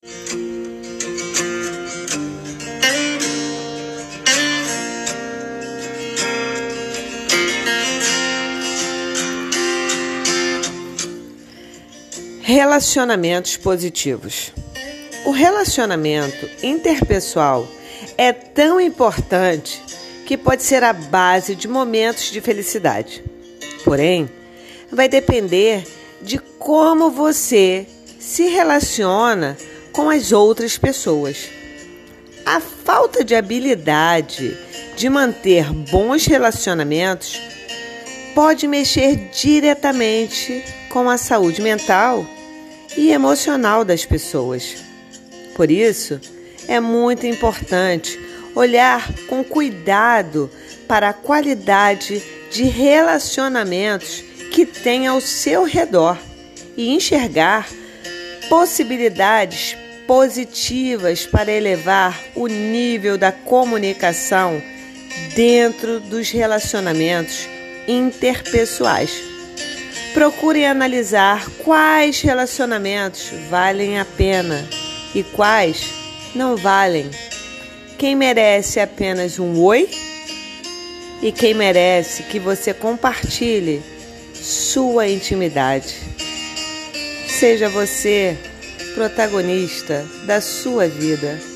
Relacionamentos positivos. O relacionamento interpessoal é tão importante que pode ser a base de momentos de felicidade. Porém, vai depender de como você se relaciona com as outras pessoas. A falta de habilidade de manter bons relacionamentos pode mexer diretamente com a saúde mental e emocional das pessoas. Por isso, é muito importante olhar com cuidado para a qualidade de relacionamentos que tem ao seu redor e enxergar possibilidades positivas para elevar o nível da comunicação dentro dos relacionamentos interpessoais. Procure analisar quais relacionamentos valem a pena e quais não valem. Quem merece apenas um oi e quem merece que você compartilhe sua intimidade. Seja você protagonista da sua vida.